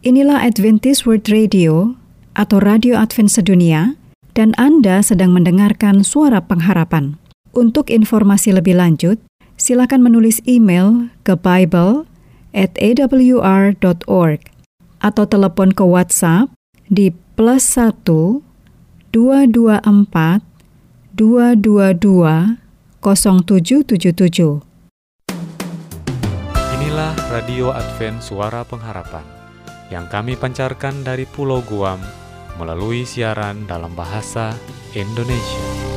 Inilah Adventist World Radio atau Radio Advent Sedunia, dan Anda sedang mendengarkan Suara Pengharapan. Untuk informasi lebih lanjut, silakan menulis email ke bible@awr.org atau telepon ke WhatsApp di +1 224 222 0777. Inilah Radio Advent Suara Pengharapan yang kami pancarkan dari Pulau Guam melalui siaran dalam bahasa Indonesia.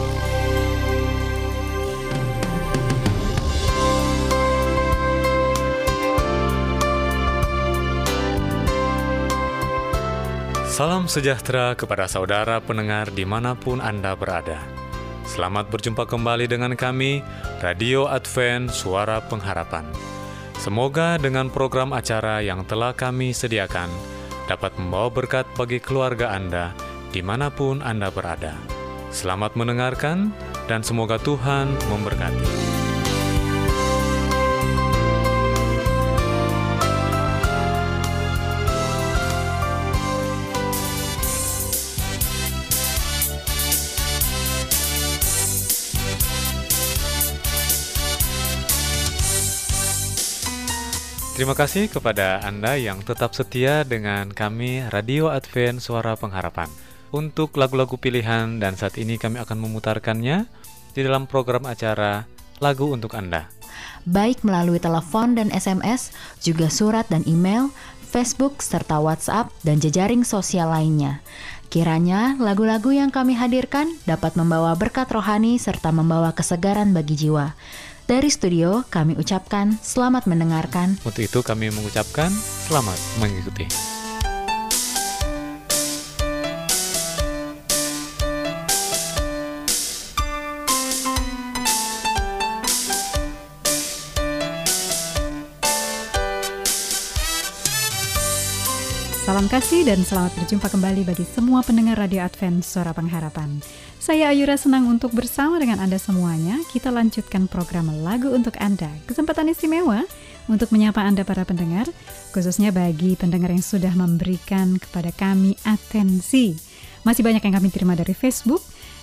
Salam sejahtera kepada saudara pendengar dimanapun Anda berada. Selamat berjumpa kembali dengan kami, Radio Advent Suara Pengharapan. Semoga dengan program acara yang telah kami sediakan dapat membawa berkat bagi keluarga Anda dimanapun Anda berada. Selamat mendengarkan dan semoga Tuhan memberkati. Terima kasih kepada Anda yang tetap setia dengan kami Radio Advent Suara Pengharapan. Untuk lagu-lagu pilihan dan saat ini kami akan memutarkannya di dalam program acara Lagu Untuk Anda. Baik melalui telepon dan SMS, juga surat dan email, Facebook, serta WhatsApp dan jejaring sosial lainnya. Kiranya lagu-lagu yang kami hadirkan dapat membawa berkat rohani serta membawa kesegaran bagi jiwa. Dari studio, kami ucapkan selamat mendengarkan. Untuk itu kami mengucapkan selamat mengikuti. Salam kasih dan selamat berjumpa kembali bagi semua pendengar Radio Advent Suara Pengharapan. Saya Ayura senang untuk bersama dengan Anda semuanya. Kita lanjutkan program Lagu Untuk Anda. Kesempatan istimewa untuk menyapa Anda para pendengar, khususnya bagi pendengar yang sudah memberikan kepada kami atensi. Masih banyak yang kami terima dari Facebook,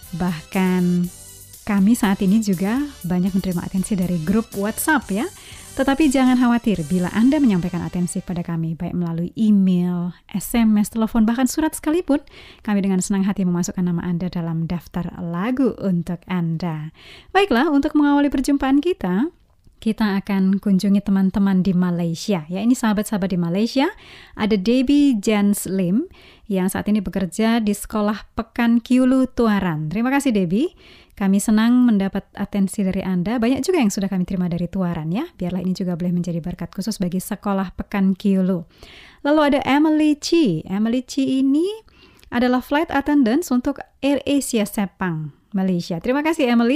bahkan kami saat ini juga banyak menerima atensi dari grup WhatsApp ya. Tetapi jangan khawatir bila Anda menyampaikan atensi kepada kami, baik melalui email, SMS, telepon, bahkan surat sekalipun, kami dengan senang hati memasukkan nama Anda dalam daftar lagu untuk Anda. Baiklah, untuk mengawali perjumpaan kita akan kunjungi teman-teman di Malaysia. Ya, ini sahabat-sahabat di Malaysia. Ada Debbie Jens Lim yang saat ini bekerja di Sekolah Pekan Kiulu Tuaran. Terima kasih Debbie. Kami senang mendapat atensi dari Anda. Banyak juga yang sudah kami terima dari Tuaran ya. Biarlah ini juga boleh menjadi berkat khusus bagi Sekolah Pekan Kiulu. Lalu ada Emily Chi. Emily Chi ini adalah flight attendant untuk AirAsia Sepang, Malaysia. Terima kasih Emily.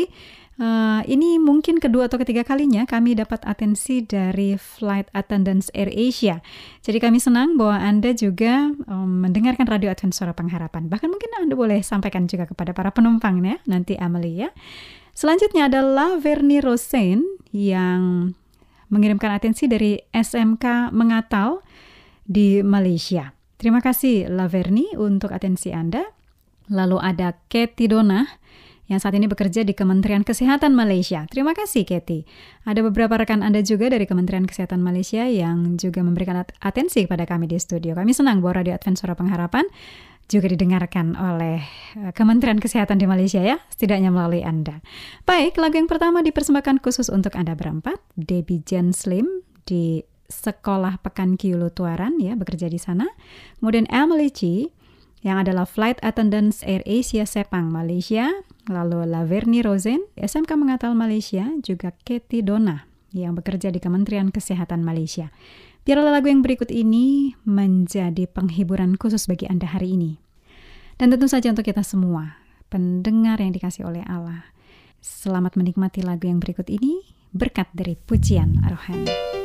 Ini mungkin kedua atau ketiga kalinya kami dapat atensi dari Flight Attendants AirAsia. Jadi kami senang bahwa Anda juga mendengarkan Radio Advent Suara Pengharapan. Bahkan mungkin Anda boleh sampaikan juga kepada para penumpang ya, nanti Amelie ya. Selanjutnya adalah Verni Rosen yang mengirimkan atensi dari SMK Mengatal di Malaysia. Terima kasih Laverni untuk atensi Anda. Lalu ada Katie Donah yang saat ini bekerja di Kementerian Kesehatan Malaysia. Terima kasih, Katie. Ada beberapa rekan Anda juga dari Kementerian Kesehatan Malaysia yang juga memberikan atensi kepada kami di studio. Kami senang bahwa Radio Advent Suara Pengharapan juga didengarkan oleh Kementerian Kesehatan di Malaysia ya, setidaknya melalui Anda. Baik, lagu yang pertama dipersembahkan khusus untuk Anda berempat. Debbie Jens Lim di Sekolah Pekan Kiulu Tuaran ya, bekerja di sana. Kemudian Emily Chi yang adalah Flight Attendants AirAsia Sepang, Malaysia. Lalu Laverni Rosen, SMK Mengatal Malaysia, juga Katie Donah yang bekerja di Kementerian Kesehatan Malaysia. Biarlah lagu yang berikut ini menjadi penghiburan khusus bagi Anda hari ini. Dan tentu saja untuk kita semua, pendengar yang dikasihi oleh Allah. Selamat menikmati lagu yang berikut ini, berkat dari pujian rohani.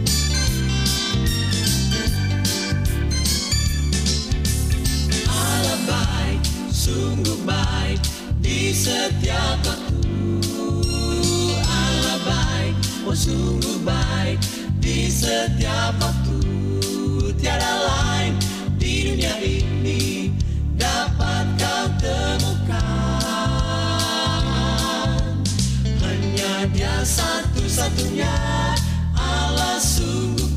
Allah sungguh baik di setiap waktu. Allah baik, oh sungguh baik di setiap waktu. Tiada lain di dunia ini dapat kau temukan. Hanya Dia satu-satunya, Allah sungguh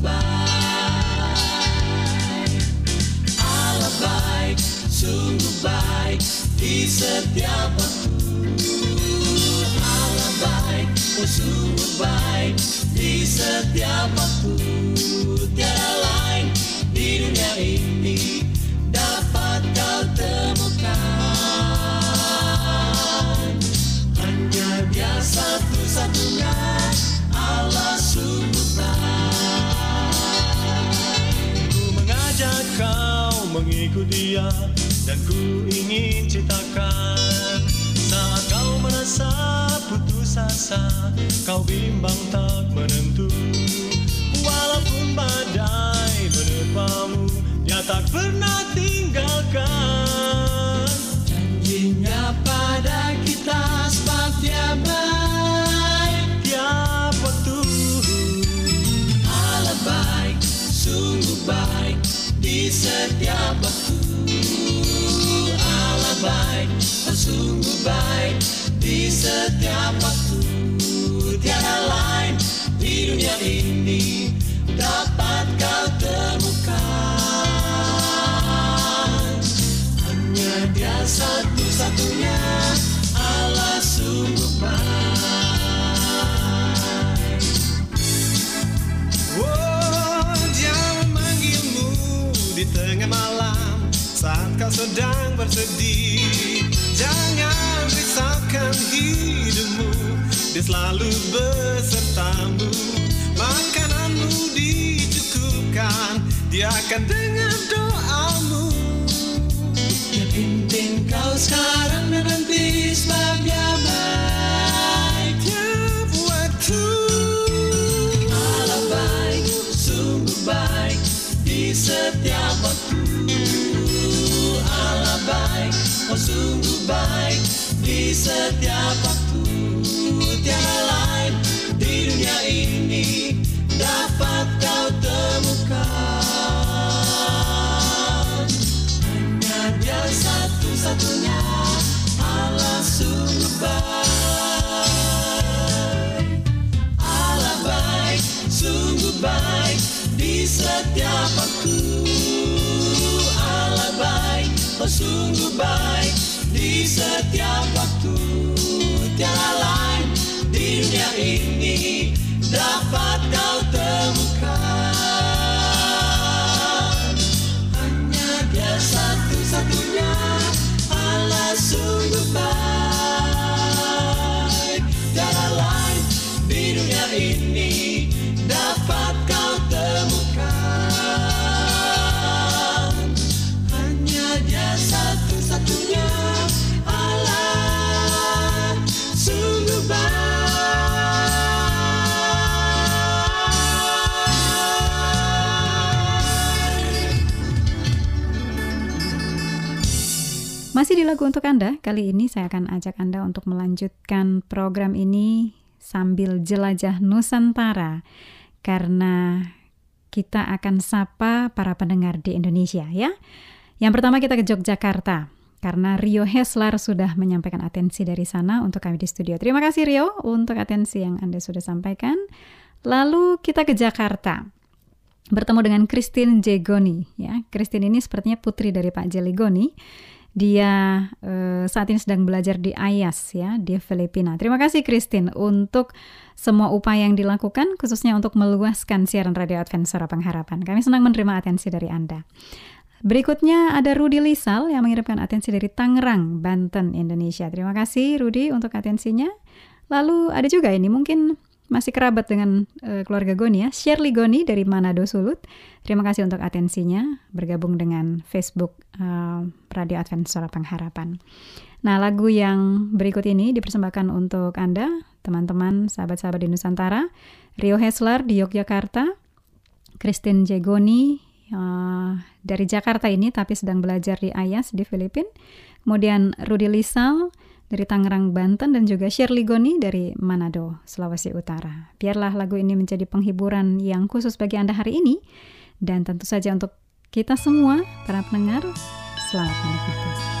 baik. Allah baik, sungguh baik di setiap waktu. Allah baik, oh sungguh baik di setiap waktu. Tiada lain di dunia ini dapat kau temukan. Hanya Dia satu-satunya, Allah sungguh baik. Ku mengajak kau mengikut Dia, dan ku ingin ceritakan. Saat kau merasa putus asa, kau bimbang tak menentu, walaupun badai menerpamu, Dia tak pernah tinggalkan. Janjinya pada kita sebab Dia baik tiap waktu. Allah baik, sungguh baik di setiap waktu. Allah baik, oh sungguh baik di setiap waktu. Tiada lain di dunia ini dapat kau temukan. Hanya Dia satu-satunya, Allah sungguh baik. Oh, Dia memanggilmu di tengah malam saat kau sedang bersedih. Jangan risaukan hidupmu, Dia selalu besertamu. Makananmu dicukupkan, Dia akan dengar doamu. Yang penting kau sekarang dan nanti sebab Dia baik tiap waktu. Allah baik, sungguh baik di setiap waktu. Allah baik, oh sungguh baik di setiap waktu. Tiada lain di dunia ini dapat kau temukan. Hanya Dia satu-satunya, Allah sungguh baik. Allah baik, sungguh baik di setiap waktu. Allah baik, oh sungguh baik di setiap waktu. Tiada lain di dunia ini dapat kau temukan. Hanya Dia satu-satunya, Allah sungguh baik. Tiada lain di dunia ini dapat kau temukan. Hanya Dia satu-satunya, Allah sungguh baik. Masih di lagu untuk Anda, kali ini saya akan ajak Anda untuk melanjutkan program ini sambil jelajah Nusantara, karena kita akan sapa para pendengar di Indonesia ya. Yang pertama kita ke Yogyakarta, karena Rio Heslar sudah menyampaikan atensi dari sana untuk kami di studio. Terima kasih Rio untuk atensi yang Anda sudah sampaikan. Lalu kita ke Jakarta, bertemu dengan Christine Jegoni ya. Christine ini sepertinya putri dari Pak Jeligoni. Dia saat ini sedang belajar di Ayas ya, di Filipina. Terima kasih Christine untuk semua upaya yang dilakukan, khususnya untuk meluaskan siaran Radio Advent Suara Pengharapan. Kami senang menerima atensi dari Anda. Berikutnya ada Rudy Lisal yang mengirimkan atensi dari Tangerang, Banten, Indonesia. Terima kasih Rudy untuk atensinya. Lalu ada juga ini mungkin masih kerabat dengan keluarga Goni ya, Shirley Goni dari Manado, Sulut. Terima kasih untuk atensinya, bergabung dengan Facebook Radio Advent Suara Pengharapan. Nah, lagu yang berikut ini dipersembahkan untuk Anda, teman-teman, sahabat-sahabat di Nusantara. Rio Heslar di Yogyakarta, Christine Jegoni dari Jakarta ini tapi sedang belajar di Ayas di Filipina. Kemudian Rudy Lisal dari Tangerang, Banten, dan juga Shirley Goni dari Manado, Sulawesi Utara. Biarlah lagu ini menjadi penghiburan yang khusus bagi Anda hari ini. Dan tentu saja untuk kita semua, para pendengar, selamat menikmati.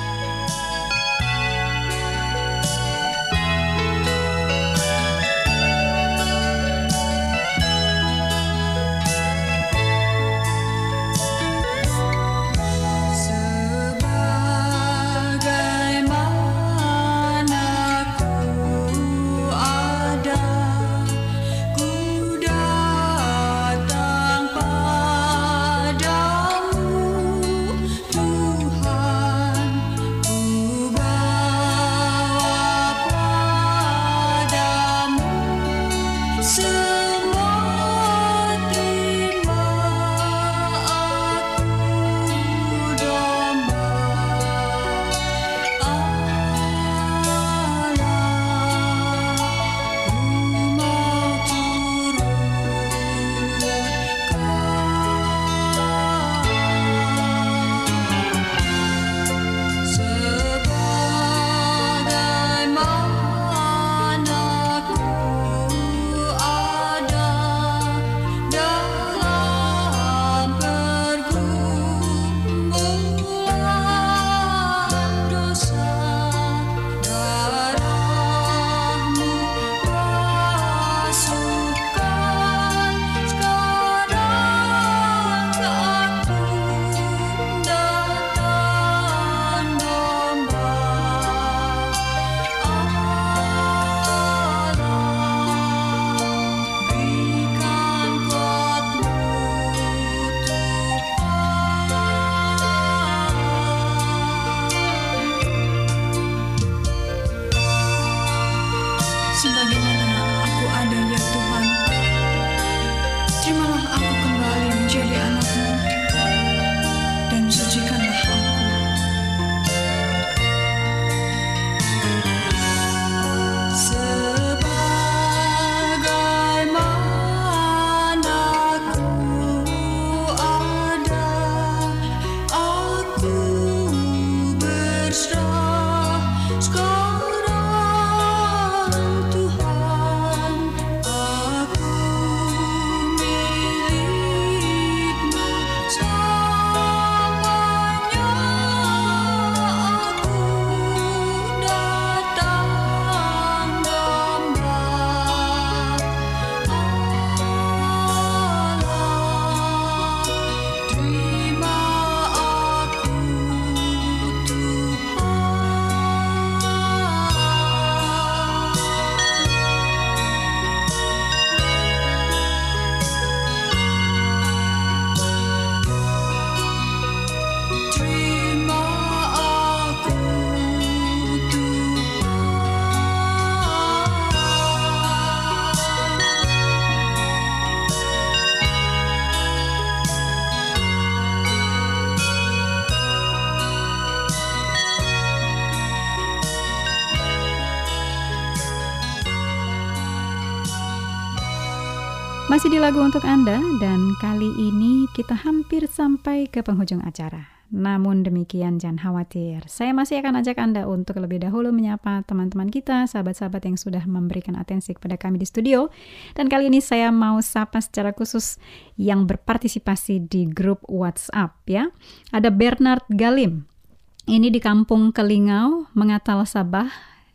Masih di lagu untuk Anda, dan kali ini kita hampir sampai ke penghujung acara. Namun demikian jangan khawatir, saya masih akan ajak Anda untuk lebih dahulu menyapa teman-teman kita, sahabat-sahabat yang sudah memberikan atensi kepada kami di studio. Dan kali ini saya mau sapa secara khusus yang berpartisipasi di grup WhatsApp ya. Ada Bernard Galim, ini di Kampung Kelingau, Mengatal, Sabah,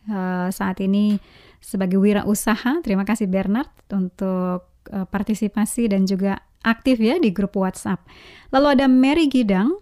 saat ini sebagai wirausaha. Terima kasih Bernard untuk partisipasi dan juga aktif ya di grup WhatsApp. Lalu ada Mary Gidang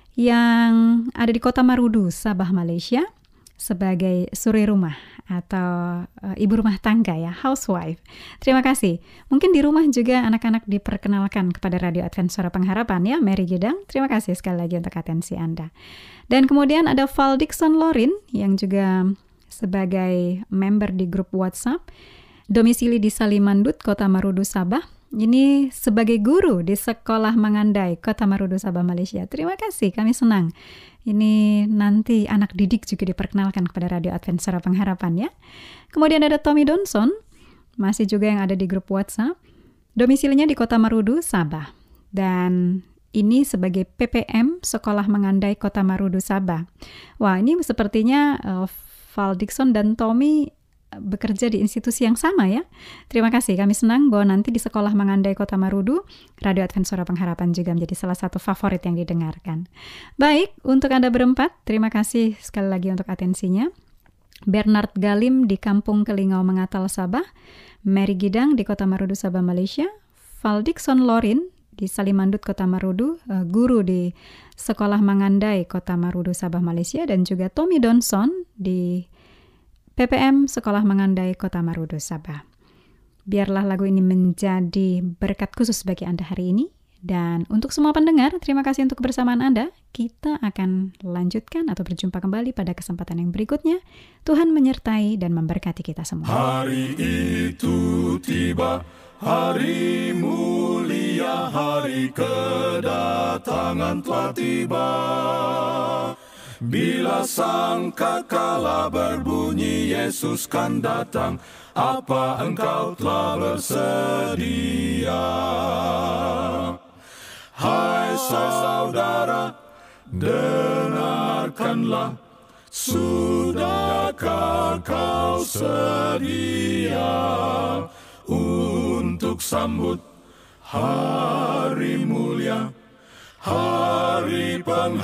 yang ada di Kota Marudu, Sabah, Malaysia, sebagai suri rumah atau ibu rumah tangga ya, housewife. Terima kasih. Mungkin di rumah juga anak-anak diperkenalkan kepada Radio Advent Suara Pengharapan ya, Mary Gidang. Terima kasih sekali lagi untuk atensi Anda. Dan kemudian ada Val Dixon Lorin yang juga sebagai member di grup WhatsApp, domisili di Salimandut, Kota Marudu, Sabah. Ini sebagai guru di Sekolah Mangandai, Kota Marudu, Sabah, Malaysia. Terima kasih, kami senang. Ini nanti anak didik juga diperkenalkan kepada Radio Advent Suara Pengharapan ya. Kemudian ada Tommy Donson, masih juga yang ada di grup WhatsApp. Domisilinya di Kota Marudu, Sabah. Dan ini sebagai PPM Sekolah Mengandai Kota Marudu, Sabah. Wah, ini sepertinya Val Dixon dan Tommy bekerja di institusi yang sama ya. Terima kasih, kami senang bahwa nanti di Sekolah Mengandai Kota Marudu, Radio Advent Suara Pengharapan juga menjadi salah satu favorit yang didengarkan. Baik, untuk Anda berempat, terima kasih sekali lagi untuk atensinya. Bernard Galim di Kampung Kelingau Mengatal, Sabah, Mary Gidang di Kota Marudu, Sabah, Malaysia, Val Dixon Lorin di Salimandut, Kota Marudu, guru di Sekolah Mangandai, Kota Marudu, Sabah, Malaysia, dan juga Tommy Donson di PPM Sekolah Mangandai, Kota Marudu, Sabah. Biarlah lagu ini menjadi berkat khusus bagi Anda hari ini. Dan untuk semua pendengar, terima kasih untuk kebersamaan Anda. Kita akan lanjutkan atau berjumpa kembali pada kesempatan yang berikutnya. Tuhan menyertai dan memberkati kita semua. Hari itu tiba, hari mulia, hari kedatangan telah tiba. Bila sangkakala berbunyi Yesus kan datang, apa engkau telah bersedia? Hai saudara, dengarkanlah, sudahkah kau sedia untuk sambut hari mulia, hari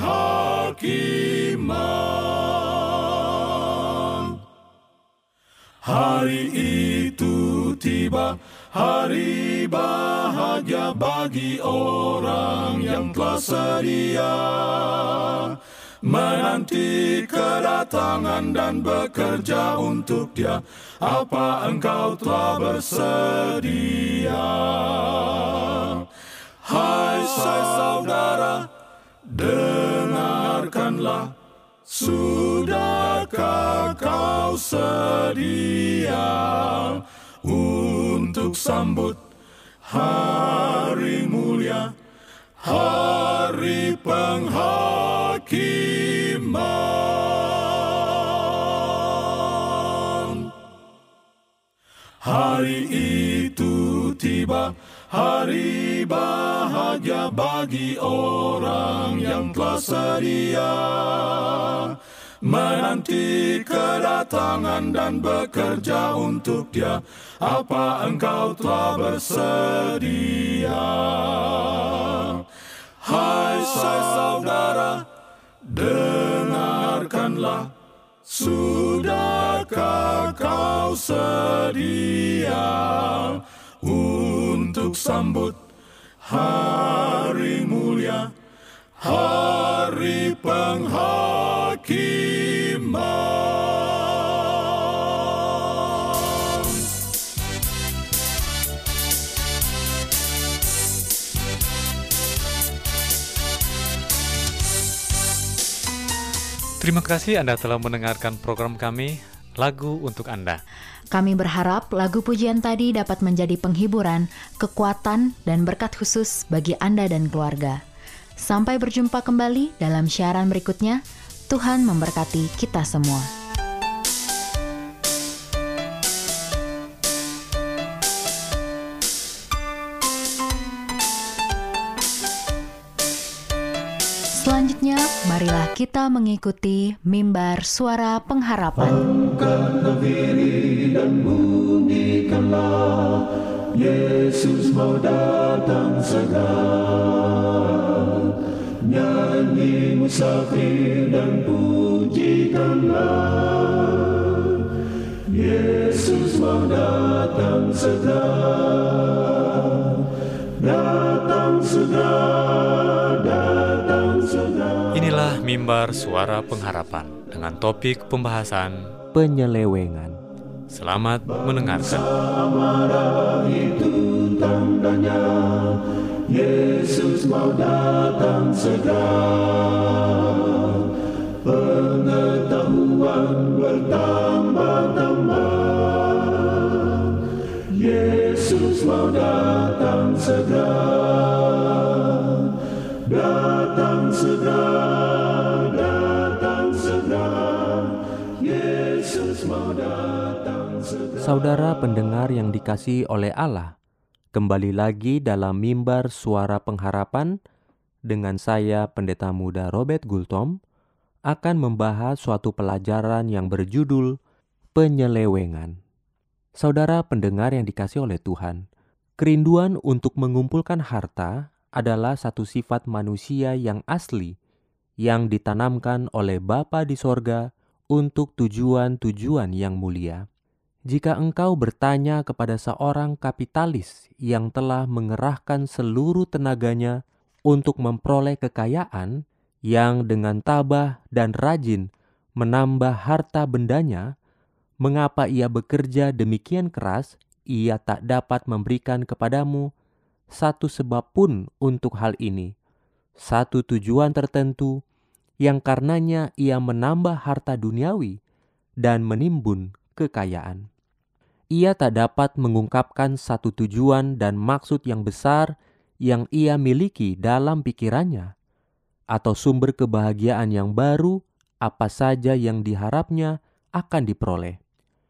penghakiman? Hari itu tiba, hari bahagia bagi orang yang telah sedia menanti kedatangan dan bekerja untuk Dia. Apa engkau telah bersedia? Hai saudara, dengarkanlah, sudahkah kau sedia untuk sambut hari mulia, hari penghakiman? Hari itu tiba, hari bahagia bagi orang yang telah sedia menanti kedatangan dan bekerja untuk Dia. Apa engkau telah bersedia? Hai saudara, dengarkanlah, sudahkah kau sedia untuk sambut hari mulia, hari penghakiman? Terima kasih Anda telah mendengarkan program kami, Lagu Untuk Anda. Kami berharap lagu pujian tadi dapat menjadi penghiburan, kekuatan, dan berkat khusus bagi Anda dan keluarga. Sampai berjumpa kembali dalam siaran berikutnya. Tuhan memberkati kita semua. Selanjutnya, marilah kita mengikuti mimbar suara pengharapan. Angkatlah diri dan bunyikanlah, Yesus mau datang segera. Nyanyi musafir dan pujikanlah, Yesus mau datang segera. Datang segera, datang segera. Inilah mimbar suara pengharapan dengan topik pembahasan penyelewengan. Selamat mendengarkan. Marah itu tandanya Yesus mau datang segera. Pengetahuan bertambah-tambah, Yesus mau datang segera. Datang segera, datang segera, Yesus mau datang segera. Saudara pendengar yang dikasihi oleh Allah, kembali lagi dalam mimbar suara pengharapan dengan saya Pendeta Muda Robert Gultom akan membahas suatu pelajaran yang berjudul penyelewengan. Saudara pendengar yang dikasihi oleh Tuhan, kerinduan untuk mengumpulkan harta adalah satu sifat manusia yang asli yang ditanamkan oleh Bapa di sorga untuk tujuan-tujuan yang mulia. Jika engkau bertanya kepada seorang kapitalis yang telah mengerahkan seluruh tenaganya untuk memperoleh kekayaan, yang dengan tabah dan rajin menambah harta bendanya, mengapa ia bekerja demikian keras, ia tak dapat memberikan kepadamu satu sebab pun untuk hal ini, satu tujuan tertentu yang karenanya ia menambah harta duniawi dan menimbun kekayaan. Ia tak dapat mengungkapkan satu tujuan dan maksud yang besar yang ia miliki dalam pikirannya, atau sumber kebahagiaan yang baru apa saja yang diharapnya akan diperoleh.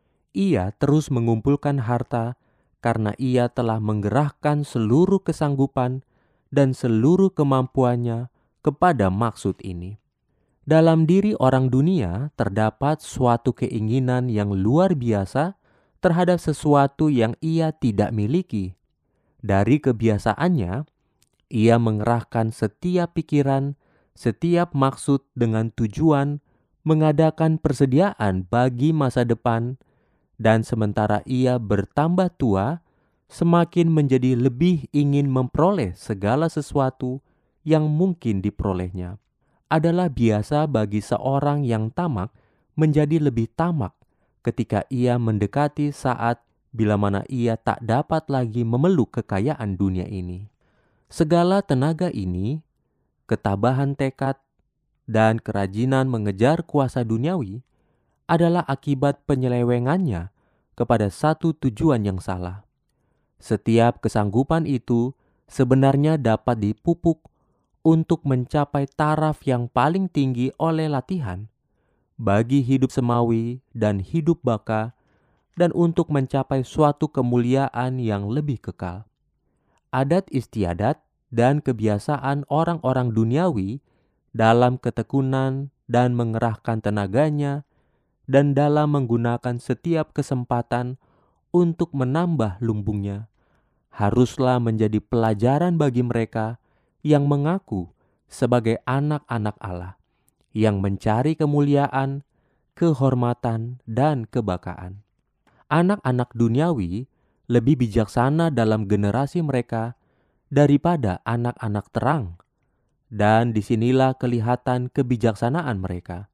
Ia terus mengumpulkan harta karena ia telah menggerahkan seluruh kesanggupan dan seluruh kemampuannya kepada maksud ini. Dalam diri orang dunia terdapat suatu keinginan yang luar biasa terhadap sesuatu yang ia tidak miliki. Dari kebiasaannya, ia mengerahkan setiap pikiran, setiap maksud dengan tujuan mengadakan persediaan bagi masa depan, dan sementara ia bertambah tua, semakin menjadi lebih ingin memperoleh segala sesuatu yang mungkin diperolehnya. Adalah biasa bagi seorang yang tamak menjadi lebih tamak ketika ia mendekati saat bila mana ia tak dapat lagi memeluk kekayaan dunia ini. Segala tenaga ini, ketabahan tekad, dan kerajinan mengejar kuasa duniawi adalah akibat penyelewengannya kepada satu tujuan yang salah. Setiap kesanggupan itu sebenarnya dapat dipupuk untuk mencapai taraf yang paling tinggi oleh latihan bagi hidup semawi dan hidup baka, dan untuk mencapai suatu kemuliaan yang lebih kekal. Adat istiadat dan kebiasaan orang-orang duniawi dalam ketekunan dan mengerahkan tenaganya dan dalam menggunakan setiap kesempatan untuk menambah lumbungnya haruslah menjadi pelajaran bagi mereka yang mengaku sebagai anak-anak Allah, yang mencari kemuliaan, kehormatan, dan kebakaan. Anak-anak duniawi lebih bijaksana dalam generasi mereka daripada anak-anak terang, dan disinilah kelihatan kebijaksanaan mereka.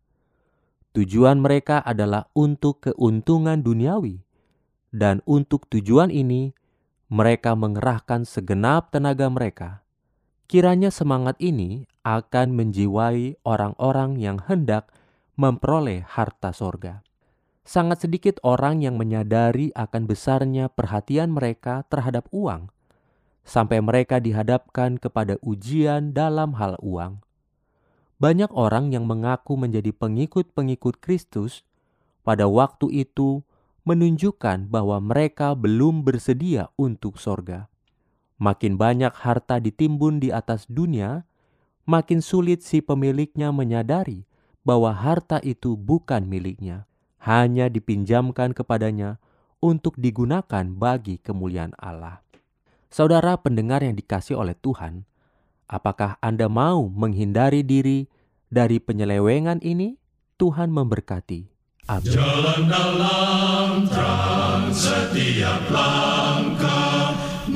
Tujuan mereka adalah untuk keuntungan duniawi, dan untuk tujuan ini mereka mengerahkan segenap tenaga mereka. Kiranya semangat ini akan menjiwai orang-orang yang hendak memperoleh harta sorga. Sangat sedikit orang yang menyadari akan besarnya perhatian mereka terhadap uang, sampai mereka dihadapkan kepada ujian dalam hal uang. Banyak orang yang mengaku menjadi pengikut-pengikut Kristus pada waktu itu menunjukkan bahwa mereka belum bersedia untuk sorga. Makin banyak harta ditimbun di atas dunia, makin sulit si pemiliknya menyadari bahwa harta itu bukan miliknya, hanya dipinjamkan kepadanya untuk digunakan bagi kemuliaan Allah. Saudara pendengar yang dikasihi oleh Tuhan, apakah Anda mau menghindari diri dari penyelewengan ini? Tuhan memberkati. Amin. Jalan dalam terang setiap langkah,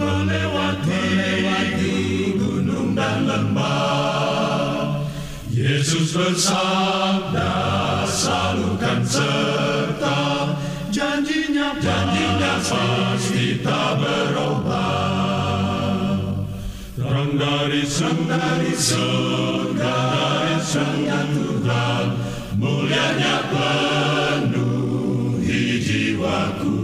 melewati gunung dan lembah. Yesus bersabda selalu kan serta, janjinya pasti tak berubah. Terang dari surga Tuhan, mulianya penuhi jiwaku.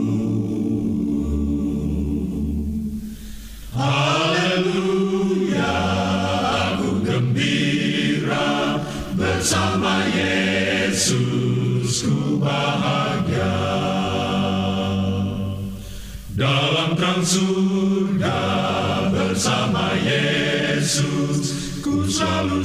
Haleluya, aku gembira bersama Yesus, ku bahagia. Dalam terang surga bersama Yesus,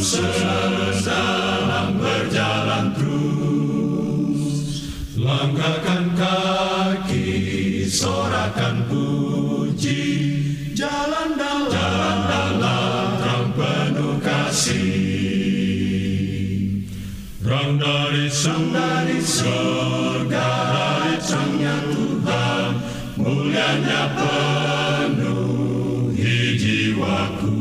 sedang berjalan terus. Langkahkan kaki, sorakan puji, jalan dalam terang penuh kasih. Terang dari surga, dari terangnya Tuhan, mulianya penuhi jiwaku.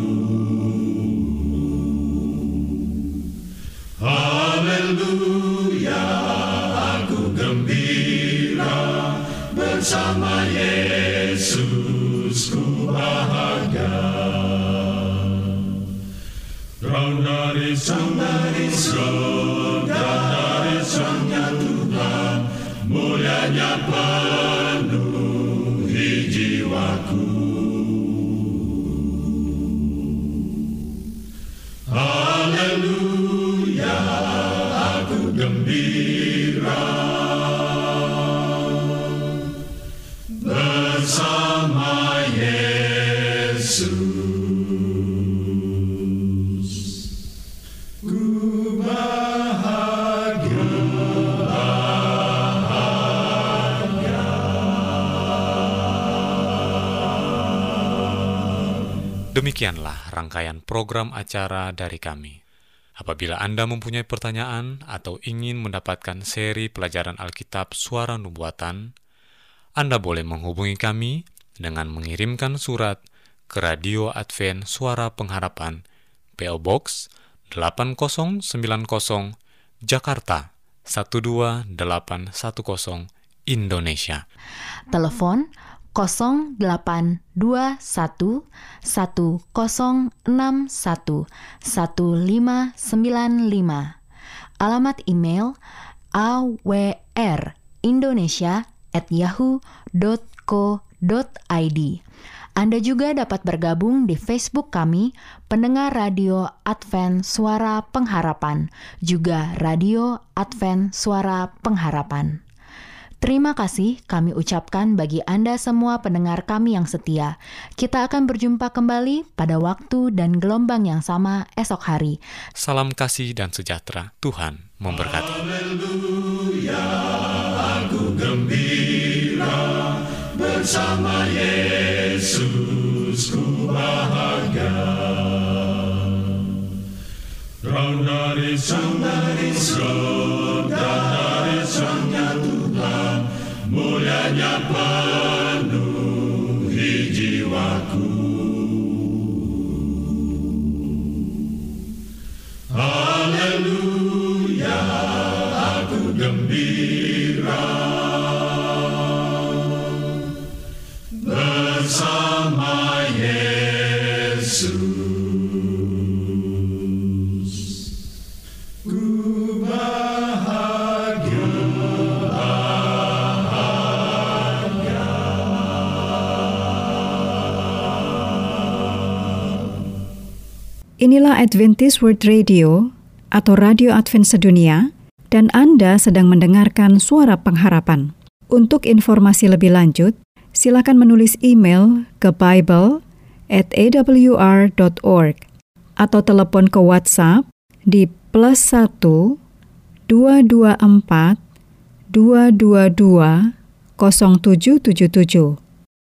Haleluya, aku gembira, bersama Yesus ku bahagia. Terang dari surga, dari terangnya Tuhan, mulianya penuhi jiwaku. Haleluya, aku gembira, bersama Yesus ku bahagia. Demikianlah rangkaian program acara dari kami. Apabila Anda mempunyai pertanyaan atau ingin mendapatkan seri pelajaran Alkitab Suara Nubuatan, Anda boleh menghubungi kami dengan mengirimkan surat ke Radio Advent Suara Pengharapan, P.O. Box 8090, Jakarta 12810, Indonesia. Telepon 0821 1061 1595. Alamat email awrindonesia@yahoo.co.id. Anda juga dapat bergabung di Facebook kami, Pendengar Radio Advent Suara Pengharapan, juga Radio Advent Suara Pengharapan. Terima kasih kami ucapkan bagi Anda semua pendengar kami yang setia. Kita akan berjumpa kembali pada waktu dan gelombang yang sama esok hari. Salam kasih dan sejahtera. Tuhan memberkati. Haleluya, aku gembira, bersama Yesus ku bahagia. Terang dari surga, dari terangnya Tuhan, mulianya penuhi jiwaku. Haleluya, aku gembira, bersama Yesus. Inilah Adventist World Radio atau Radio Advent Sedunia, dan Anda sedang mendengarkan Suara Pengharapan. Untuk informasi lebih lanjut, silakan menulis email ke bible@awr.org atau telepon ke WhatsApp di +1 224 222 0777.